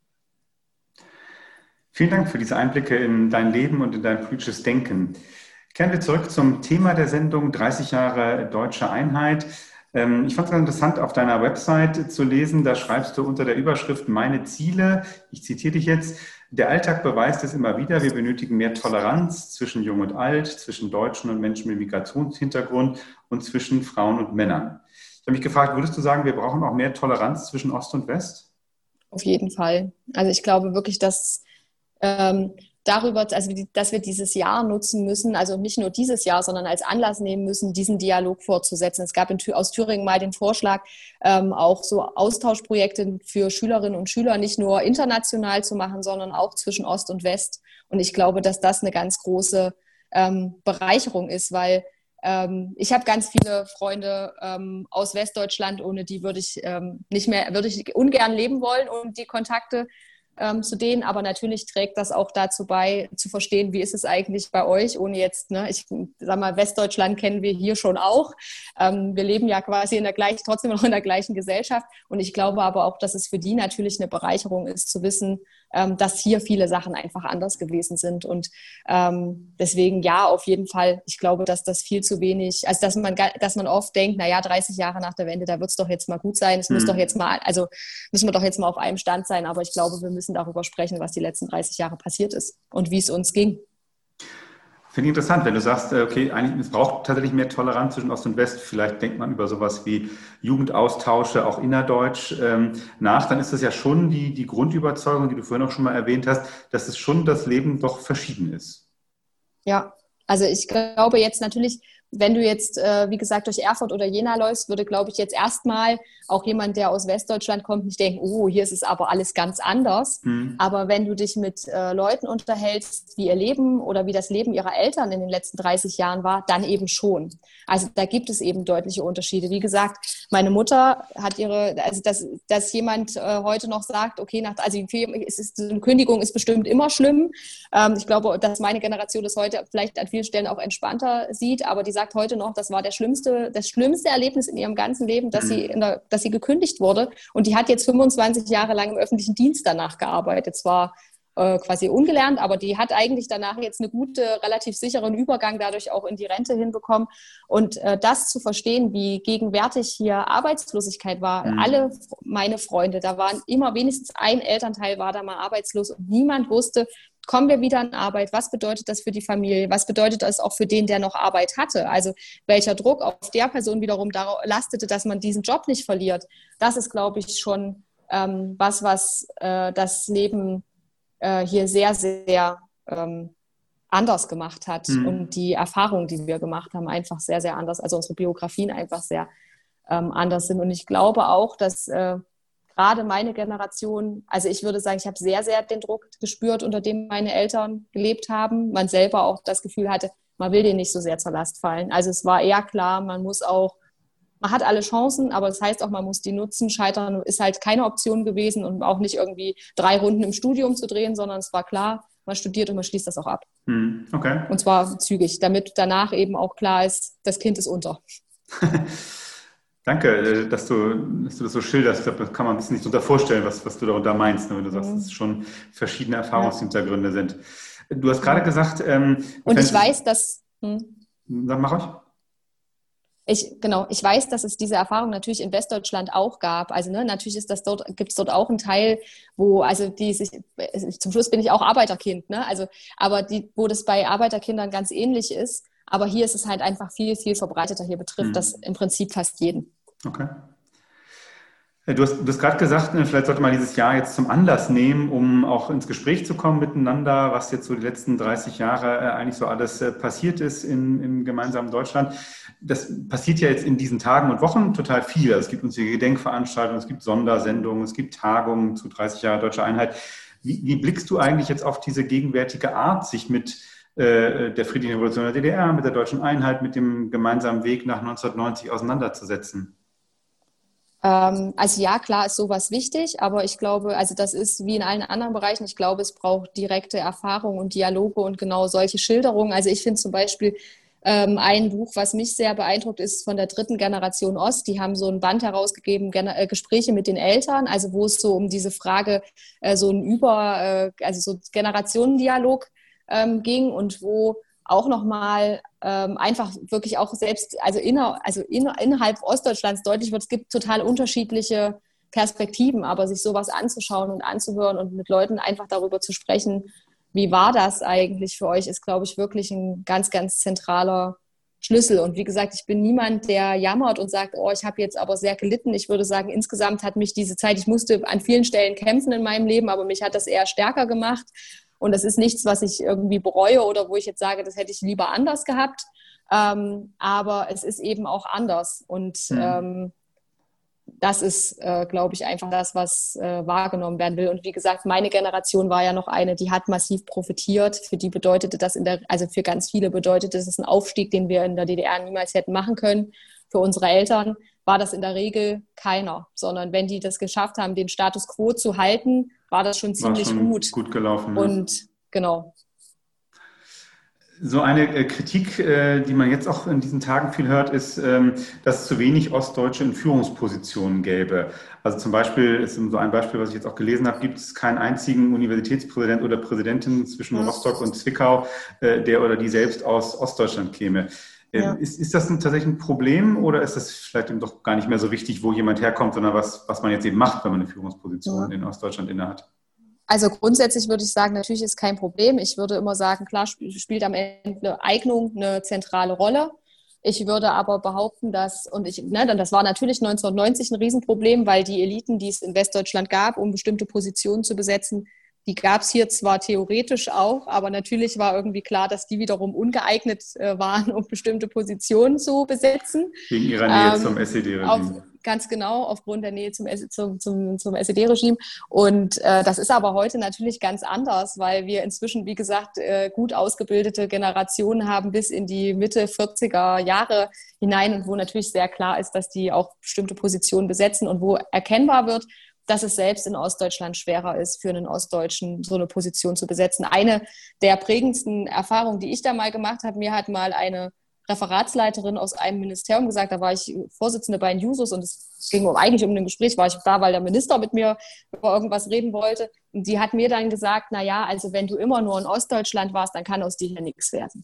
Vielen Dank für diese Einblicke in dein Leben und in dein politisches Denken. Kehren wir zurück zum Thema der Sendung, dreißig Jahre Deutsche Einheit. Ich fand es ganz interessant, auf deiner Website zu lesen, da schreibst du unter der Überschrift Meine Ziele, ich zitiere dich jetzt, der Alltag beweist es immer wieder, wir benötigen mehr Toleranz zwischen Jung und Alt, zwischen Deutschen und Menschen mit Migrationshintergrund und zwischen Frauen und Männern. Ich habe mich gefragt, würdest du sagen, wir brauchen auch mehr Toleranz zwischen Ost und West? Auf jeden Fall. Also ich glaube wirklich, dass ähm, darüber, also dass wir dieses Jahr nutzen müssen, also nicht nur dieses Jahr, sondern als Anlass nehmen müssen, diesen Dialog fortzusetzen. Es gab in, aus Thüringen mal den Vorschlag, ähm, auch so Austauschprojekte für Schülerinnen und Schüler nicht nur international zu machen, sondern auch zwischen Ost und West. Und ich glaube, dass das eine ganz große ähm, Bereicherung ist, weil ähm, ich habe ganz viele Freunde ähm, aus Westdeutschland, ohne die würde ich ähm, nicht mehr, würde ich ungern leben wollen und die Kontakte Ähm, zu denen, aber natürlich trägt das auch dazu bei, zu verstehen, wie ist es eigentlich bei euch, ohne jetzt, ne, ich sag mal, Westdeutschland kennen wir hier schon auch. Ähm, wir leben ja quasi in der gleichen, trotzdem noch in der gleichen Gesellschaft und ich glaube aber auch, dass es für die natürlich eine Bereicherung ist, zu wissen, ähm, dass hier viele Sachen einfach anders gewesen sind und ähm, deswegen ja, auf jeden Fall, ich glaube, dass das viel zu wenig, also dass man, dass man oft denkt, naja, dreißig Jahre nach der Wende, da wird es doch jetzt mal gut sein, es Hm. muss doch jetzt mal, also müssen wir doch jetzt mal auf einem Stand sein, aber ich glaube, wir müssen darüber sprechen, was die letzten dreißig Jahre passiert ist und wie es uns ging. Finde ich interessant, wenn du sagst, okay, eigentlich, es braucht tatsächlich mehr Toleranz zwischen Ost und West. Vielleicht denkt man über sowas wie Jugendaustausche, auch innerdeutsch, ähm, nach. Dann ist das ja schon die, die Grundüberzeugung, die du vorhin auch schon mal erwähnt hast, dass es schon das Leben doch verschieden ist. Ja, also ich glaube jetzt natürlich, wenn du jetzt, äh, wie gesagt, durch Erfurt oder Jena läufst, würde, glaube ich, jetzt erstmal auch jemand, der aus Westdeutschland kommt, nicht denken, oh, hier ist es aber alles ganz anders. Hm. Aber wenn du dich mit äh, Leuten unterhältst, wie ihr Leben oder wie das Leben ihrer Eltern in den letzten dreißig Jahren war, dann eben schon. Also da gibt es eben deutliche Unterschiede. Wie gesagt, meine Mutter hat ihre, also dass, dass jemand äh, heute noch sagt, okay, nach, also es ist, eine Kündigung ist bestimmt immer schlimm. Ähm, ich glaube, dass meine Generation das heute vielleicht an vielen Stellen auch entspannter sieht, aber die sagt heute noch, das war der schlimmste, das schlimmste Erlebnis in ihrem ganzen Leben, dass sie, in der, dass sie gekündigt wurde. Und die hat jetzt fünfundzwanzig Jahre lang im öffentlichen Dienst danach gearbeitet. Zwar äh, quasi ungelernt, aber die hat eigentlich danach jetzt einen guten, relativ sicheren Übergang dadurch auch in die Rente hinbekommen. Und äh, das zu verstehen, wie gegenwärtig hier Arbeitslosigkeit war, mhm. alle meine Freunde, da waren immer wenigstens ein Elternteil war da mal arbeitslos und niemand wusste, kommen wir wieder an Arbeit? Was bedeutet das für die Familie? Was bedeutet das auch für den, der noch Arbeit hatte? Also welcher Druck auf der Person wiederum darauf lastete, dass man diesen Job nicht verliert? Das ist, glaube ich, schon ähm, was, was äh, das Leben äh, hier sehr, sehr ähm, anders gemacht hat. Mhm. Und die Erfahrungen, die wir gemacht haben, einfach sehr, sehr anders. Also unsere Biografien einfach sehr ähm, anders sind. Und ich glaube auch, dass äh, gerade meine Generation, also ich würde sagen, ich habe sehr, sehr den Druck gespürt, unter dem meine Eltern gelebt haben. Man selber auch das Gefühl hatte, man will denen nicht so sehr zur Last fallen. Also es war eher klar, man muss auch, man hat alle Chancen, aber das heißt auch, man muss die nutzen. Scheitern ist halt keine Option gewesen und auch nicht irgendwie drei Runden im Studium zu drehen, sondern es war klar, man studiert und man schließt das auch ab. Okay. Und zwar zügig, damit danach eben auch klar ist, das Kind ist unter. Danke, dass du, dass du das so schilderst. Ich glaube, das kann man sich nicht so vorstellen, was, was du darunter meinst, wenn du sagst, dass es schon verschiedene Erfahrungshintergründe sind. Du hast gerade gesagt... Ähm, und ich weiß, dass... Hm, Sag, mach euch. Ich, genau, ich weiß, dass es diese Erfahrung natürlich in Westdeutschland auch gab. Also ne, natürlich ist das dort, gibt es dort auch einen Teil, wo, also die sich, zum Schluss bin ich auch Arbeiterkind, ne? Also, aber die, wo das bei Arbeiterkindern ganz ähnlich ist. Aber hier ist es halt einfach viel, viel verbreiteter. Hier betrifft hm. das im Prinzip fast jeden. Okay. Du hast, du hast gerade gesagt, vielleicht sollte man dieses Jahr jetzt zum Anlass nehmen, um auch ins Gespräch zu kommen miteinander, was jetzt so die letzten dreißig Jahre eigentlich so alles passiert ist in, im gemeinsamen Deutschland. Das passiert ja jetzt in diesen Tagen und Wochen total viel. Es gibt uns hier Gedenkveranstaltungen, es gibt Sondersendungen, es gibt Tagungen zu dreißig Jahre Deutsche Einheit. Wie, wie blickst du eigentlich jetzt auf diese gegenwärtige Art, sich mit äh, der friedlichen Revolution der D D R, mit der Deutschen Einheit, mit dem gemeinsamen Weg nach neunzehnhundertneunzig auseinanderzusetzen? Ähm, also ja, klar ist sowas wichtig, aber ich glaube, also das ist wie in allen anderen Bereichen, ich glaube, es braucht direkte Erfahrung und Dialoge und genau solche Schilderungen. Also ich finde zum Beispiel ähm, ein Buch, was mich sehr beeindruckt, ist von der dritten Generation Ost. Die haben so ein Band herausgegeben, Gen- äh, Gespräche mit den Eltern, also wo es so um diese Frage, äh, so ein Über, äh, also so Generationendialog ähm, ging und wo auch nochmal ähm, einfach wirklich auch selbst, also, inner, also in, innerhalb Ostdeutschlands deutlich wird, es gibt total unterschiedliche Perspektiven, aber sich sowas anzuschauen und anzuhören und mit Leuten einfach darüber zu sprechen, wie war das eigentlich für euch, ist, glaube ich, wirklich ein ganz, ganz zentraler Schlüssel. Und wie gesagt, ich bin niemand, der jammert und sagt, oh, ich habe jetzt aber sehr gelitten. Ich würde sagen, insgesamt hat mich diese Zeit, ich musste an vielen Stellen kämpfen in meinem Leben, aber mich hat das eher stärker gemacht. Und das ist nichts, was ich irgendwie bereue oder wo ich jetzt sage, das hätte ich lieber anders gehabt. Ähm, aber es ist eben auch anders. Und mhm. ähm, das ist, äh, glaube ich, einfach das, was äh, wahrgenommen werden will. Und wie gesagt, meine Generation war ja noch eine, die hat massiv profitiert. Für die bedeutete das in der, also für ganz viele bedeutete das ein Aufstieg, den wir in der D D R niemals hätten machen können. Für unsere Eltern war das in der Regel keiner, sondern wenn die das geschafft haben, den Status quo zu halten, war das schon ziemlich war schon gut. gut gelaufen. Und ja. genau. So eine äh, Kritik, äh, die man jetzt auch in diesen Tagen viel hört, ist, ähm, dass es zu wenig Ostdeutsche in Führungspositionen gäbe. Also zum Beispiel, ist so ein Beispiel, was ich jetzt auch gelesen habe, gibt es keinen einzigen Universitätspräsident oder Präsidentin zwischen Rostock und Zwickau, äh, der oder die selbst aus Ostdeutschland käme. Äh, ja. ist, ist das ein, tatsächlich ein Problem oder ist das vielleicht eben doch gar nicht mehr so wichtig, wo jemand herkommt, sondern was, was man jetzt eben macht, wenn man eine Führungsposition ja. in Ostdeutschland innehat? Also grundsätzlich würde ich sagen, natürlich ist kein Problem. Ich würde immer sagen, klar spielt am Ende Eignung eine zentrale Rolle. Ich würde aber behaupten, dass, und ich, ne, das war natürlich neunzehnhundertneunzig ein Riesenproblem, weil die Eliten, die es in Westdeutschland gab, um bestimmte Positionen zu besetzen, die gab es hier zwar theoretisch auch, aber natürlich war irgendwie klar, dass die wiederum ungeeignet äh, waren, um bestimmte Positionen zu besetzen. Wegen ihrer Nähe ähm, zum S E D-Regime. Ganz genau, aufgrund der Nähe zum, zum, zum, zum S E D-Regime. Und äh, das ist aber heute natürlich ganz anders, weil wir inzwischen, wie gesagt, äh, gut ausgebildete Generationen haben bis in die Mitte vierziger Jahre hinein und wo natürlich sehr klar ist, dass die auch bestimmte Positionen besetzen und wo erkennbar wird, dass es selbst in Ostdeutschland schwerer ist, für einen Ostdeutschen so eine Position zu besetzen. Eine der prägendsten Erfahrungen, die ich da mal gemacht habe, mir hat mal eine Referatsleiterin aus einem Ministerium gesagt, da war ich Vorsitzende bei den Jusos und es ging um, eigentlich um ein Gespräch, war ich da, weil der Minister mit mir über irgendwas reden wollte. Und die hat mir dann gesagt, na ja, also wenn du immer nur in Ostdeutschland warst, dann kann aus dir hier nichts werden.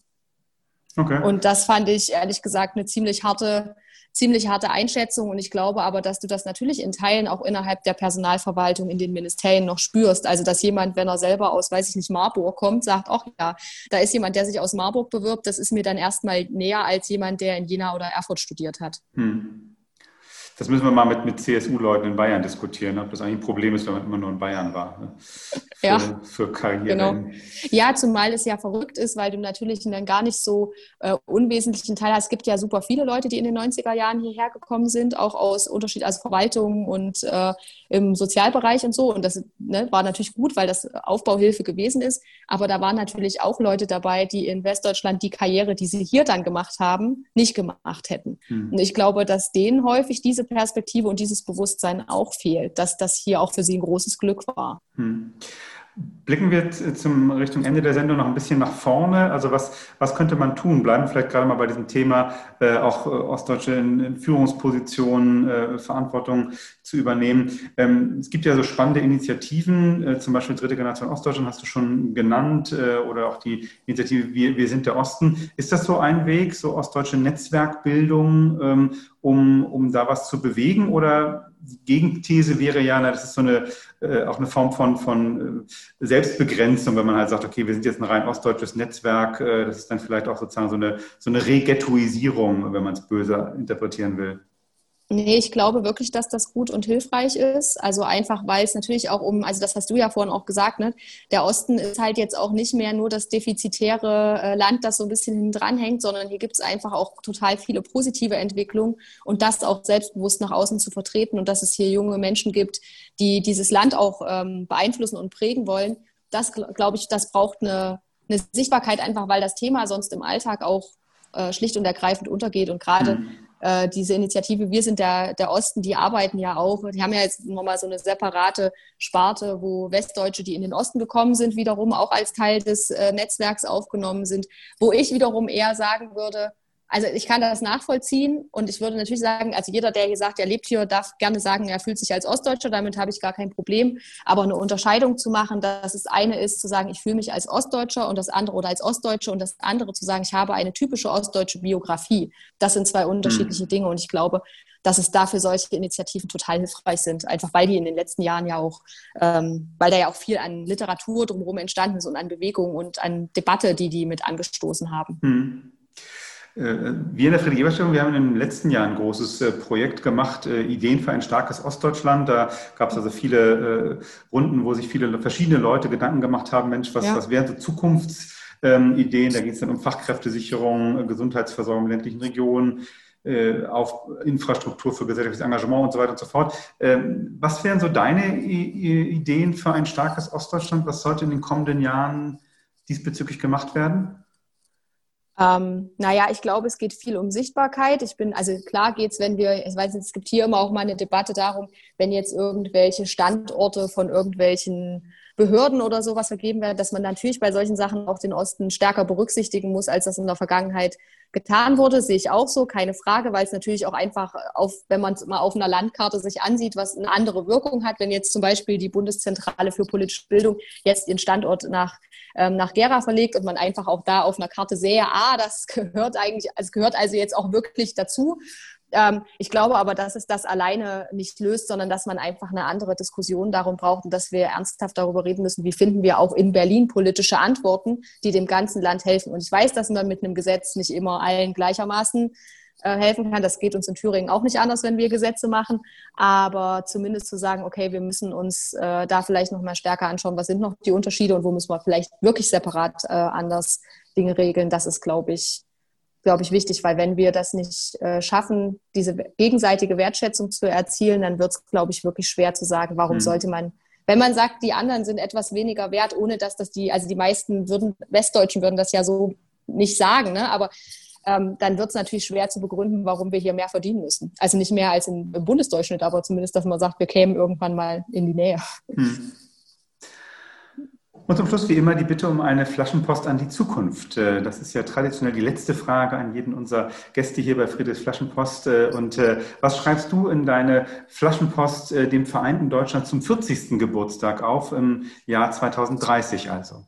Okay. Und das fand ich ehrlich gesagt eine ziemlich harte, ziemlich harte Einschätzung. Und ich glaube aber, dass du das natürlich in Teilen auch innerhalb der Personalverwaltung in den Ministerien noch spürst. Also, dass jemand, wenn er selber aus, weiß ich nicht, Marburg kommt, sagt, ach ja, da ist jemand, der sich aus Marburg bewirbt. Das ist mir dann erstmal näher als jemand, der in Jena oder Erfurt studiert hat. Hm. Das müssen wir mal mit, mit C S U-Leuten in Bayern diskutieren, ob das eigentlich ein Problem ist, wenn man immer nur in Bayern war. Ne? Für, ja, für Karriere. Genau. Ja, zumal es ja verrückt ist, weil du natürlich einen gar nicht so äh, unwesentlichen Teil hast. Es gibt ja super viele Leute, die in den neunziger Jahren hierher gekommen sind, auch aus Unterschied, also Verwaltung und äh, im Sozialbereich und so. Und das ne, war natürlich gut, weil das Aufbauhilfe gewesen ist. Aber da waren natürlich auch Leute dabei, die in Westdeutschland die Karriere, die sie hier dann gemacht haben, nicht gemacht hätten. Hm. Und ich glaube, dass denen häufig diese Perspektive und dieses Bewusstsein auch fehlt, dass das hier auch für sie ein großes Glück war. Hm. Blicken wir zum Richtung Ende der Sendung noch ein bisschen nach vorne. Also was, was könnte man tun? Bleiben wir vielleicht gerade mal bei diesem Thema, äh, auch äh, Ostdeutsche in, in Führungspositionen, äh, Verantwortung zu übernehmen. Ähm, es gibt ja so spannende Initiativen, äh, zum Beispiel Dritte Generation Ostdeutschland hast du schon genannt, äh, oder auch die Initiative Wir, Wir sind der Osten. Ist das so ein Weg, so ostdeutsche Netzwerkbildung, ähm, um, um da was zu bewegen? Oder die Gegenthese wäre ja, na, das ist so eine äh, auch eine Form von, von äh, Selbstbegrenzung, wenn man halt sagt, okay, wir sind jetzt ein rein ostdeutsches Netzwerk, äh, das ist dann vielleicht auch sozusagen so eine, so eine Reghettoisierung, wenn man es böse interpretieren will. Nee, ich glaube wirklich, dass das gut und hilfreich ist. Also einfach, weil es natürlich auch um, also das hast du ja vorhin auch gesagt, ne? Der Osten ist halt jetzt auch nicht mehr nur das defizitäre äh, Land, das so ein bisschen hinten dran hängt, sondern hier gibt es einfach auch total viele positive Entwicklungen und das auch selbstbewusst nach außen zu vertreten und dass es hier junge Menschen gibt, die dieses Land auch ähm, beeinflussen und prägen wollen. Das, glaube ich, das braucht eine, eine Sichtbarkeit einfach, weil das Thema sonst im Alltag auch äh, schlicht und ergreifend untergeht und gerade mhm. äh, diese Initiative Wir sind der, der Osten, die arbeiten ja auch, die haben ja jetzt nochmal so eine separate Sparte, wo Westdeutsche, die in den Osten gekommen sind, wiederum auch als Teil des äh, Netzwerks aufgenommen sind, wo ich wiederum eher sagen würde, also ich kann das nachvollziehen und ich würde natürlich sagen, also jeder, der hier sagt, er lebt hier, darf gerne sagen, er fühlt sich als Ostdeutscher, damit habe ich gar kein Problem. Aber eine Unterscheidung zu machen, dass das eine ist, zu sagen, ich fühle mich als Ostdeutscher und das andere oder als Ostdeutsche und das andere zu sagen, ich habe eine typische ostdeutsche Biografie. Das sind zwei unterschiedliche mhm. Dinge und ich glaube, dass es dafür solche Initiativen total hilfreich sind, einfach weil die in den letzten Jahren ja auch, ähm, weil da ja auch viel an Literatur drumherum entstanden ist und an Bewegung und an Debatte, die die mit angestoßen haben. Mhm. Wir in der Friedrich-Ebert-Stiftung, wir haben im letzten Jahr ein großes Projekt gemacht, Ideen für ein starkes Ostdeutschland. Da gab es also viele Runden, wo sich viele verschiedene Leute Gedanken gemacht haben, Mensch, was, ja. was wären so Zukunftsideen? Da geht es dann um Fachkräftesicherung, Gesundheitsversorgung in ländlichen Regionen, auf Infrastruktur für gesellschaftliches Engagement und so weiter und so fort. Was wären so deine Ideen für ein starkes Ostdeutschland? Was sollte in den kommenden Jahren diesbezüglich gemacht werden? Ähm, naja, ich glaube, es geht viel um Sichtbarkeit. Ich bin, also klar geht's, wenn wir, ich weiß nicht, es gibt hier immer auch mal eine Debatte darum, wenn jetzt irgendwelche Standorte von irgendwelchen Behörden oder sowas vergeben werden, dass man natürlich bei solchen Sachen auch den Osten stärker berücksichtigen muss, als das in der Vergangenheit getan wurde. Sehe ich auch so, keine Frage, weil es natürlich auch einfach, auf, wenn man es mal auf einer Landkarte sich ansieht, was eine andere Wirkung hat, wenn jetzt zum Beispiel die Bundeszentrale für politische Bildung jetzt ihren Standort nach ähm, nach Gera verlegt und man einfach auch da auf einer Karte sähe, ah, das gehört eigentlich, es gehört also jetzt auch wirklich dazu. Ähm, ich glaube aber, dass es das alleine nicht löst, sondern dass man einfach eine andere Diskussion darum braucht und dass wir ernsthaft darüber reden müssen, wie finden wir auch in Berlin politische Antworten, die dem ganzen Land helfen. Und ich weiß, dass man mit einem Gesetz nicht immer allen gleichermaßen äh, helfen kann. Das geht uns in Thüringen auch nicht anders, wenn wir Gesetze machen. Aber zumindest zu sagen, okay, wir müssen uns äh, da vielleicht noch mal stärker anschauen, was sind noch die Unterschiede und wo müssen wir vielleicht wirklich separat äh, anders Dinge regeln, das ist, glaube ich, glaube ich, wichtig, weil wenn wir das nicht äh, schaffen, diese gegenseitige Wertschätzung zu erzielen, dann wird es, glaube ich, wirklich schwer zu sagen, warum mhm. sollte man, wenn man sagt, die anderen sind etwas weniger wert, ohne dass das die, also die meisten würden, Westdeutschen würden das ja so nicht sagen, ne? Aber ähm, dann wird es natürlich schwer zu begründen, warum wir hier mehr verdienen müssen. Also nicht mehr als im, im Bundesdurchschnitt, aber zumindest, dass man sagt, wir kämen irgendwann mal in die Nähe. Mhm. Und zum Schluss wie immer die Bitte um eine Flaschenpost an die Zukunft. Das ist ja traditionell die letzte Frage an jeden unserer Gäste hier bei Friedrichs Flaschenpost. Und was schreibst du in deine Flaschenpost dem vereinten Deutschland zum vierzigsten Geburtstag auf, im Jahr zweitausenddreißig also?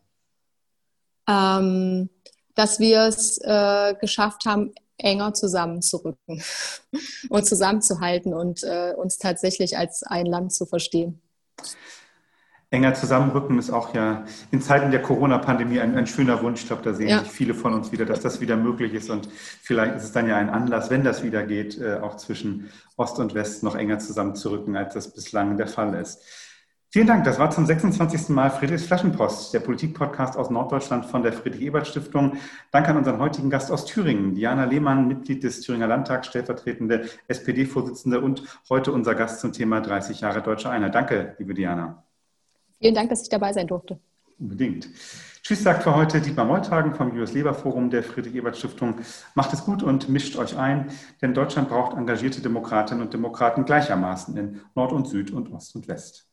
Ähm, dass wir es äh, geschafft haben, enger zusammenzurücken und zusammenzuhalten und äh, uns tatsächlich als ein Land zu verstehen. Enger zusammenrücken ist auch ja in Zeiten der Corona-Pandemie ein, ein schöner Wunsch. Ich glaube, da sehen ja. sich viele von uns wieder, dass das wieder möglich ist. Und vielleicht ist es dann ja ein Anlass, wenn das wieder geht, äh, auch zwischen Ost und West noch enger zusammenzurücken, als das bislang der Fall ist. Vielen Dank. Das war zum sechsundzwanzigsten Mal Friedrichs Flaschenpost, der Politik-Podcast aus Norddeutschland von der Friedrich-Ebert-Stiftung. Danke an unseren heutigen Gast aus Thüringen, Diana Lehmann, Mitglied des Thüringer Landtags, stellvertretende S P D-Vorsitzende und heute unser Gast zum Thema dreißig Jahre Deutsche Einheit. Danke, liebe Diana. Vielen Dank, dass ich dabei sein durfte. Unbedingt. Tschüss, sagt für heute Dietmar Molthagen vom Julius-Leber-Forum der Friedrich-Ebert-Stiftung. Macht es gut und mischt euch ein, denn Deutschland braucht engagierte Demokratinnen und Demokraten gleichermaßen in Nord und Süd und Ost und West.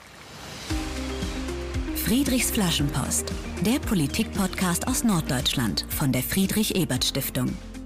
Friedrichs Flaschenpost, der Politik-Podcast aus Norddeutschland von der Friedrich-Ebert-Stiftung.